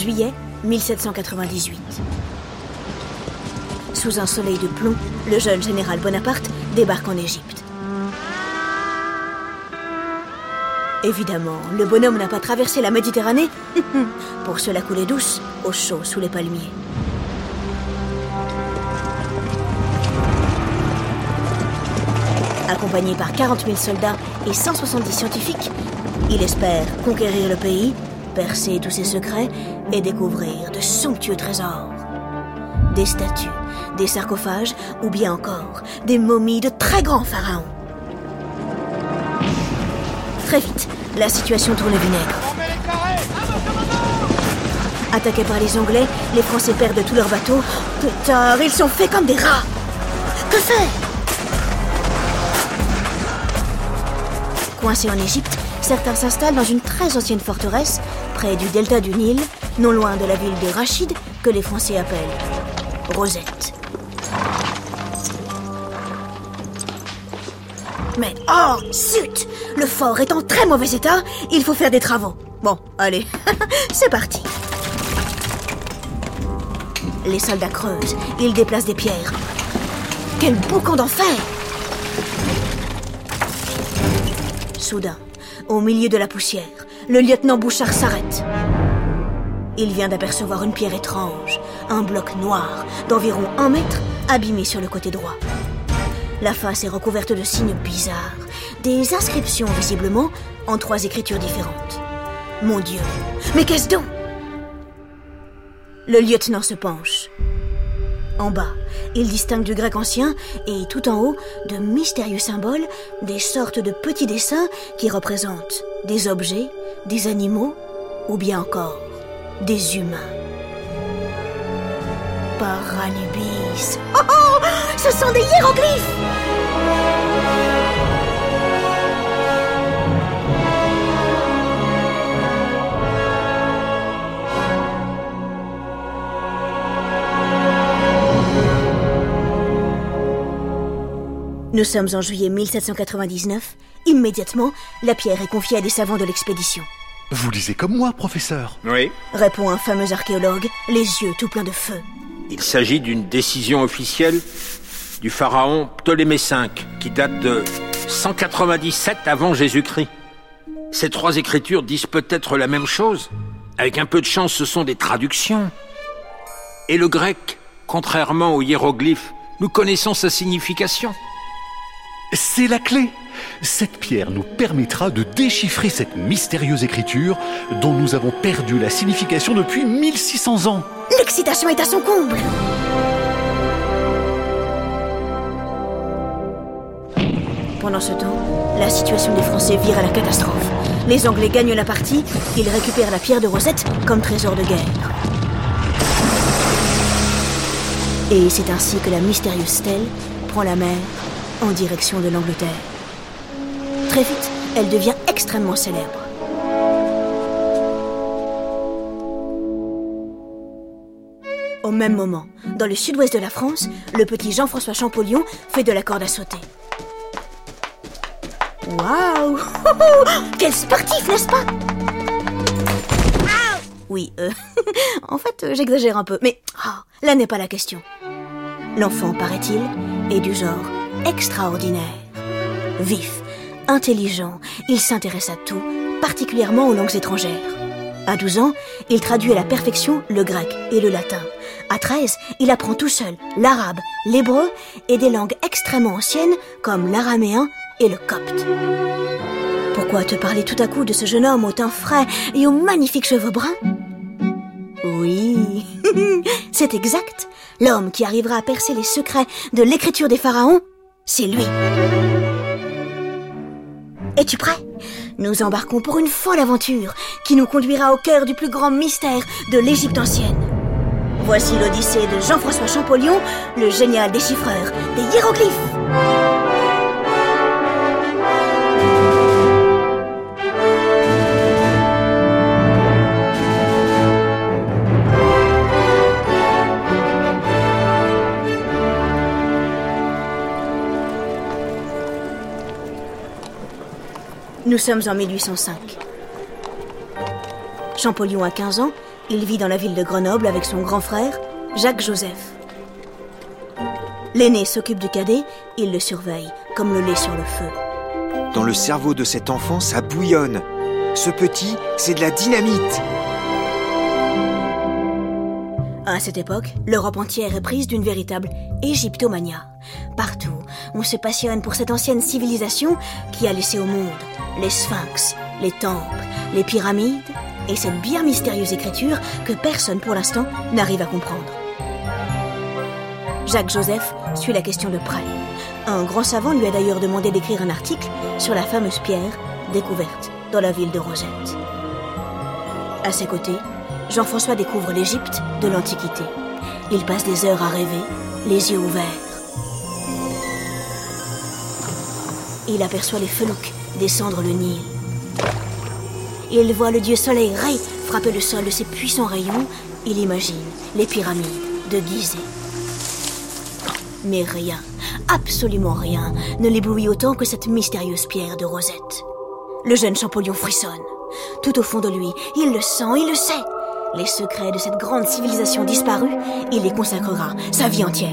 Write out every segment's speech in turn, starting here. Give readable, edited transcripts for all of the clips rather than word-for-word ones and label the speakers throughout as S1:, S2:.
S1: juillet 1798. Sous un soleil de plomb, le jeune général Bonaparte débarque en Égypte. Évidemment, le bonhomme n'a pas traversé la Méditerranée pour se la couler douce, au chaud sous les palmiers. Accompagné par 40 000 soldats et 170 scientifiques, il espère conquérir le pays, percer tous ses secrets et découvrir de somptueux trésors. Des statues, des sarcophages ou bien encore des momies de très grands pharaons. Très vite, la situation tourne au vinaigre. Attaqués par les Anglais, les Français perdent tous leurs bateaux. Pétard, ils sont faits comme des rats. Que faire? Coincés en Égypte, certains s'installent dans une très ancienne forteresse, près du delta du Nil, non loin de la ville de Rachid, que les Français appellent Rosette. Mais oh, zut! Le fort est en très mauvais état, il faut faire des travaux. Bon, allez, c'est parti. Les soldats creusent, ils déplacent des pierres. Quel boucan d'enfer! Soudain, au milieu de la poussière, le lieutenant Bouchard s'arrête. Il vient d'apercevoir une pierre étrange, un bloc noir d'environ 1 mètre, abîmé sur le côté droit. La face est recouverte de signes bizarres, des inscriptions visiblement en 3 écritures différentes. Mon Dieu, mais qu'est-ce donc? Le lieutenant se penche. En bas, il distingue du grec ancien et tout en haut, de mystérieux symboles, des sortes de petits dessins qui représentent des objets, des animaux ou bien encore des humains. Par Anubis. Oh oh, ce sont des hiéroglyphes! Nous sommes en juillet 1799. Immédiatement, la pierre est confiée à des savants de l'expédition.
S2: Vous lisez comme moi, professeur.
S3: Oui.
S1: Répond un fameux archéologue, les yeux tout pleins de feu.
S3: Il s'agit d'une décision officielle du pharaon Ptolémée V, qui date de 197 avant Jésus-Christ. Ces 3 écritures disent peut-être la même chose. Avec un peu de chance, ce sont des traductions. Et le grec, contrairement aux hiéroglyphes, nous connaissons sa signification.
S2: C'est la clé. Cette pierre nous permettra de déchiffrer cette mystérieuse écriture dont nous avons perdu la signification depuis 1600 ans.
S1: L'excitation est à son comble. Pendant ce temps, la situation des Français vire à la catastrophe. Les Anglais gagnent la partie, ils récupèrent la pierre de Rosette comme trésor de guerre. Et c'est ainsi que la mystérieuse stèle prend la mer en direction de l'Angleterre. Très vite, elle devient extrêmement célèbre. Au même moment, dans le sud-ouest de la France, le petit Jean-François Champollion fait de la corde à sauter. Waouh! Quel sportif, n'est-ce pas? Oui, en fait, j'exagère un peu, mais là n'est pas la question. L'enfant, paraît-il, est du genre extraordinaire. Vif, intelligent, il s'intéresse à tout, particulièrement aux langues étrangères. À 12 ans, il traduit à la perfection le grec et le latin. À 13, il apprend tout seul l'arabe, l'hébreu et des langues extrêmement anciennes comme l'araméen et le copte. Pourquoi te parler tout à coup de ce jeune homme au teint frais et aux magnifiques cheveux bruns? Oui, c'est exact. L'homme qui arrivera à percer les secrets de l'écriture des pharaons, c'est lui. Es-tu prêt? Nous embarquons pour une folle aventure qui nous conduira au cœur du plus grand mystère de l'Égypte ancienne. Voici l'Odyssée de Jean-François Champollion, le génial déchiffreur des hiéroglyphes. Nous sommes en 1805. Champollion a 15 ans, Il vit dans la ville de Grenoble avec son grand frère, Jacques-Joseph. L'aîné s'occupe du cadet, il le surveille, comme le lait sur le feu.
S4: Dans le cerveau de cet enfant, ça bouillonne. Ce petit, c'est de la dynamite.
S1: À cette époque, l'Europe entière est prise d'une véritable égyptomania. Partout, on se passionne pour cette ancienne civilisation qui a laissé au monde les sphinx, les temples, les pyramides et cette bien mystérieuse écriture que personne pour l'instant n'arrive à comprendre. Jacques-Joseph suit la question de près. Un grand savant lui a d'ailleurs demandé d'écrire un article sur la fameuse pierre découverte dans la ville de Rosette. À ses côtés, Jean-François découvre l'Égypte de l'Antiquité. Il passe des heures à rêver, les yeux ouverts. Il aperçoit les felouks descendre le Nil. Il voit le dieu soleil Ré frapper le sol de ses puissants rayons. Il imagine les pyramides de Gizeh. Mais rien, absolument rien, ne l'éblouit autant que cette mystérieuse pierre de Rosette. Le jeune Champollion frissonne. Tout au fond de lui, il le sent, il le sait. Les secrets de cette grande civilisation disparue, il les consacrera sa vie entière.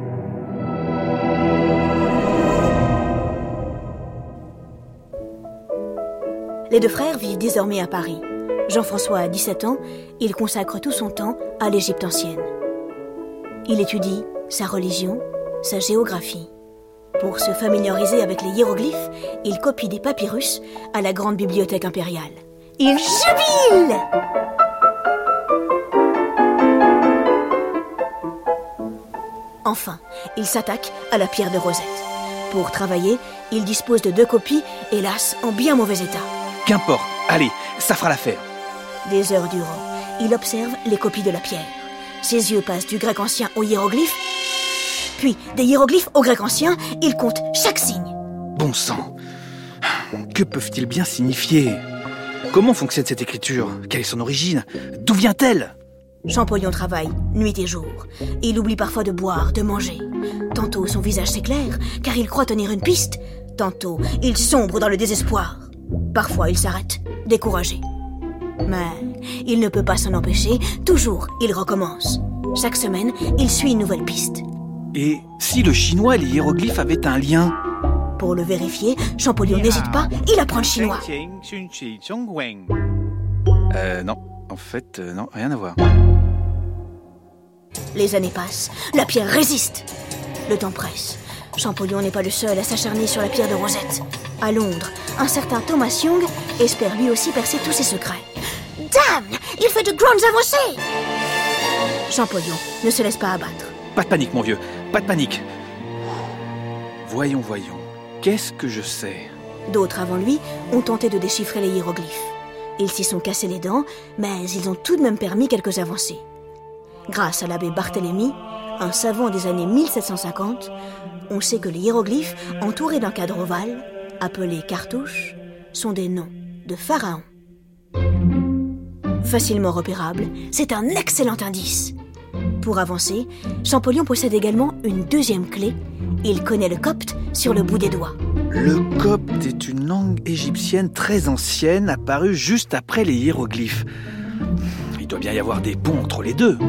S1: Les deux frères vivent désormais à Paris. Jean-François a 17 ans, il consacre tout son temps à l'Égypte ancienne. Il étudie sa religion, sa géographie. Pour se familiariser avec les hiéroglyphes, il copie des papyrus à la grande bibliothèque impériale. Il jubile! Enfin, il s'attaque à la pierre de Rosette. Pour travailler, il dispose de 2 copies, hélas, en bien mauvais état.
S5: Qu'importe, allez, ça fera l'affaire.
S1: Des heures durant, il observe les copies de la pierre. Ses yeux passent du grec ancien au hiéroglyphe, puis des hiéroglyphes au grec ancien, il compte chaque signe.
S5: Bon sang, que peuvent-ils bien signifier? Comment fonctionne cette écriture? Quelle est son origine? D'où vient-elle?
S1: Champollion travaille, nuit et jour. Il oublie parfois de boire, de manger. Tantôt son visage s'éclaire, car il croit tenir une piste. Tantôt, il sombre dans le désespoir. Parfois, il s'arrête, découragé. Mais il ne peut pas s'en empêcher. Toujours, il recommence. Chaque semaine, il suit une nouvelle piste.
S5: Et si le chinois et les hiéroglyphes avaient un lien?
S1: Pour le vérifier, Champollion n'hésite pas, il apprend le chinois.
S5: Non. En fait, non, rien à voir.
S1: Les années passent, la pierre résiste. Le temps presse. Champollion n'est pas le seul à s'acharner sur la pierre de Rosette. À Londres, un certain Thomas Young espère lui aussi percer tous ses secrets. Damn! Il fait de grandes avancées! Champollion ne se laisse pas abattre.
S5: Pas de panique, mon vieux, pas de panique. Voyons. Qu'est-ce que je sais?
S1: D'autres avant lui ont tenté de déchiffrer les hiéroglyphes. Ils s'y sont cassés les dents, mais ils ont tout de même permis quelques avancées. Grâce à l'abbé Barthélemy, un savant des années 1750, on sait que les hiéroglyphes, entourés d'un cadre ovale, appelé cartouche, sont des noms de pharaons. Facilement repérable, c'est un excellent indice. Pour avancer, Champollion possède également une deuxième clé. Il connaît le copte sur le bout des doigts.
S5: Le copte est une langue égyptienne très ancienne, apparue juste après les hiéroglyphes. Il doit bien y avoir des ponts entre les deux.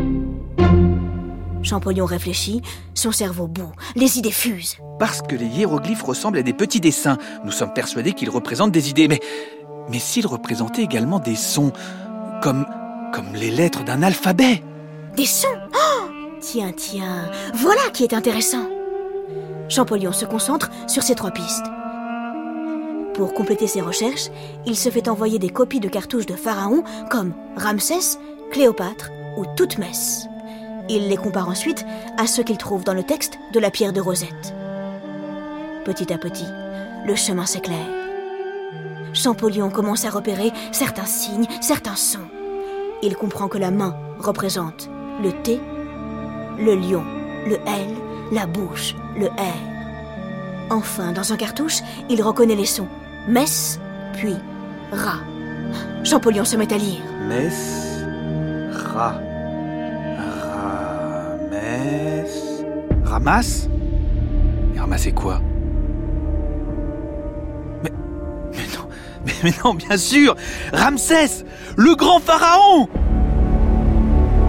S1: Champollion réfléchit, son cerveau bout, les idées fusent.
S5: Parce que les hiéroglyphes ressemblent à des petits dessins, nous sommes persuadés qu'ils représentent des idées. Mais s'ils représentaient également des sons, comme les lettres d'un alphabet?
S1: Des sons? Oh! Tiens, voilà qui est intéressant. Champollion se concentre sur ces 3 pistes. Pour compléter ses recherches, il se fait envoyer des copies de cartouches de pharaons comme Ramsès, Cléopâtre ou Toutmès. Il les compare ensuite à ceux qu'il trouve dans le texte de la pierre de Rosette. Petit à petit, le chemin s'éclaire. Champollion commence à repérer certains signes, certains sons. Il comprend que la main représente le T, le lion, le L, la bouche, le R. Enfin, dans un cartouche, il reconnaît les sons Mess, puis Ra. Champollion se met à lire.
S5: Mess, Ra, Mess, Ramas. Et ramasser quoi? Mais non, bien sûr, Ramsès, le grand pharaon.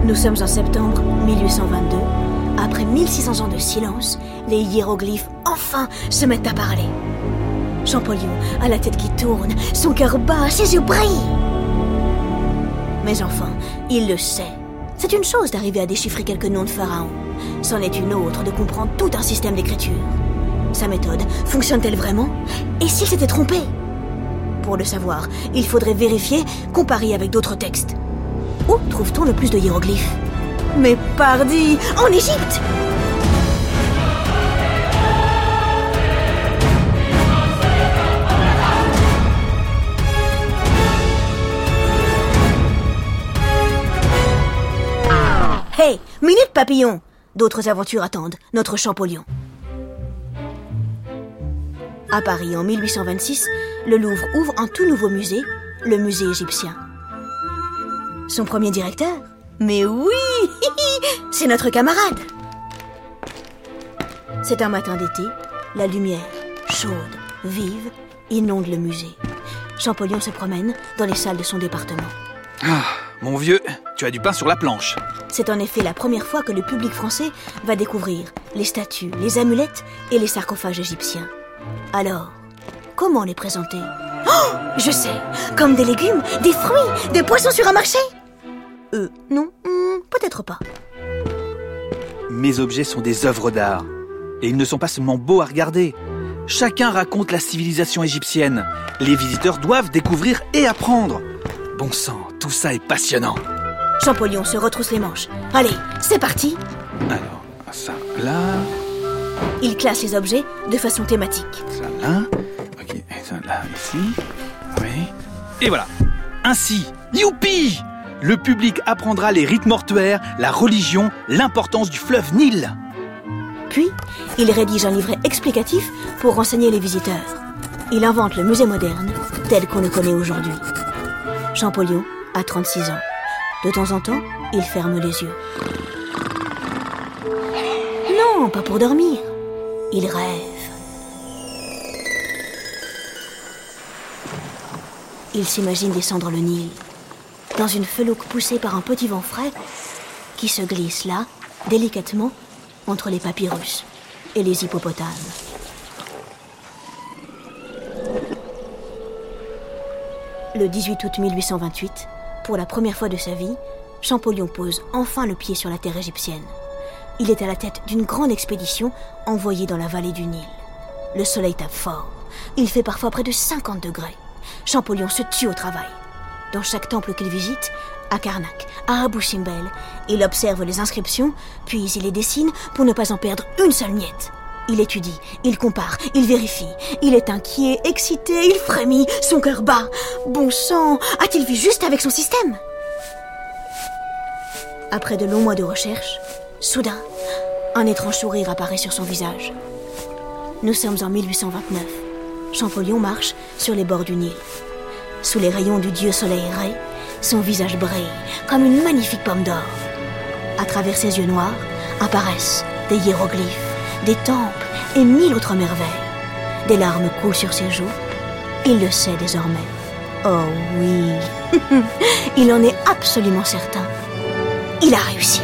S1: Nous sommes en septembre 1822. Après 1600 ans de silence, les hiéroglyphes enfin se mettent à parler. Champollion a la tête qui tourne, son cœur bat, ses yeux brillent. Mais enfin, il le sait. C'est une chose d'arriver à déchiffrer quelques noms de pharaons. C'en est une autre de comprendre tout un système d'écriture. Sa méthode fonctionne-t-elle vraiment? Et s'il s'était trompé? Pour le savoir, il faudrait vérifier, comparer avec d'autres textes. Où trouve-t-on le plus de hiéroglyphes? Mais pardi, en Égypte! Hey, minute papillon! D'autres aventures attendent notre Champollion. À Paris, en 1826, le Louvre ouvre un tout nouveau musée, le musée égyptien. Son premier directeur? Mais oui! C'est notre camarade! C'est un matin d'été, la lumière, chaude, vive, inonde le musée. Champollion se promène dans les salles de son département.
S5: Ah, mon vieux, tu as du pain sur la planche.
S1: C'est en effet la première fois que le public français va découvrir les statues, les amulettes et les sarcophages égyptiens. Alors, comment les présenter? Oh, je sais, comme des légumes, des fruits, des poissons sur un marché? Non, peut-être pas.
S5: Mes objets sont des œuvres d'art. Et ils ne sont pas seulement beaux à regarder. Chacun raconte la civilisation égyptienne. Les visiteurs doivent découvrir et apprendre. Bon sang, tout ça est passionnant.
S1: Champollion se retrousse les manches. Allez, c'est parti.
S5: Alors, ça là...
S1: Il classe les objets de façon thématique.
S5: Ça là... Ok, et ça là, ici... Oui... Et voilà. Ainsi, youpi! Le public apprendra les rites mortuaires, la religion, l'importance du fleuve Nil.
S1: Puis, il rédige un livret explicatif pour renseigner les visiteurs. Il invente le musée moderne, tel qu'on le connaît aujourd'hui. Champollion a 36 ans. De temps en temps, il ferme les yeux. Non, pas pour dormir. Il rêve. Il s'imagine descendre le Nil, dans une felouque poussée par un petit vent frais qui se glisse là, délicatement, entre les papyrus et les hippopotames. Le 18 août 1828, pour la première fois de sa vie, Champollion pose enfin le pied sur la terre égyptienne. Il est à la tête d'une grande expédition envoyée dans la vallée du Nil. Le soleil tape fort. Il fait parfois près de 50 degrés. Champollion se tue au travail. Dans chaque temple qu'il visite, à Karnak, à Abou Simbel, il observe les inscriptions, puis il les dessine pour ne pas en perdre une seule miette. Il étudie, il compare, il vérifie. Il est inquiet, excité, il frémit, son cœur bat. Bon sang, a-t-il vu juste avec son système? Après de longs mois de recherche, soudain, un étrange sourire apparaît sur son visage. Nous sommes en 1829. Champollion marche sur les bords du Nil. Sous les rayons du dieu soleil ray, son visage brille comme une magnifique pomme d'or. À travers ses yeux noirs apparaissent des hiéroglyphes, des temples et 1000 autres merveilles. Des larmes coulent sur ses joues. Il le sait désormais. Oh oui, il en est absolument certain. Il a réussi.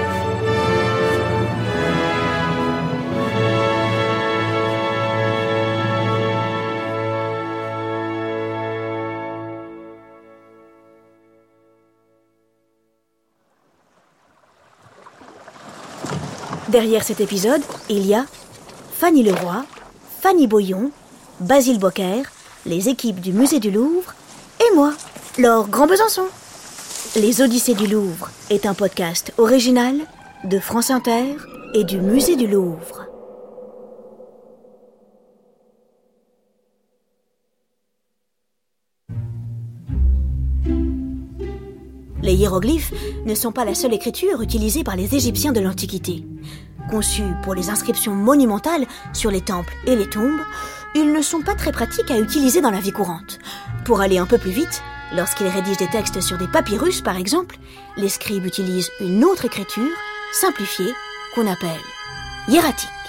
S1: Derrière cet épisode, il y a Fanny Leroy, Fanny Boyon, Basile Bocquer, les équipes du musée du Louvre et moi, Laure Grand Besançon. Les Odyssées du Louvre est un podcast original de France Inter et du musée du Louvre. Les hiéroglyphes ne sont pas la seule écriture utilisée par les Égyptiens de l'Antiquité. Conçus pour les inscriptions monumentales sur les temples et les tombes, ils ne sont pas très pratiques à utiliser dans la vie courante. Pour aller un peu plus vite, lorsqu'ils rédigent des textes sur des papyrus par exemple, les scribes utilisent une autre écriture, simplifiée, qu'on appelle hiératique.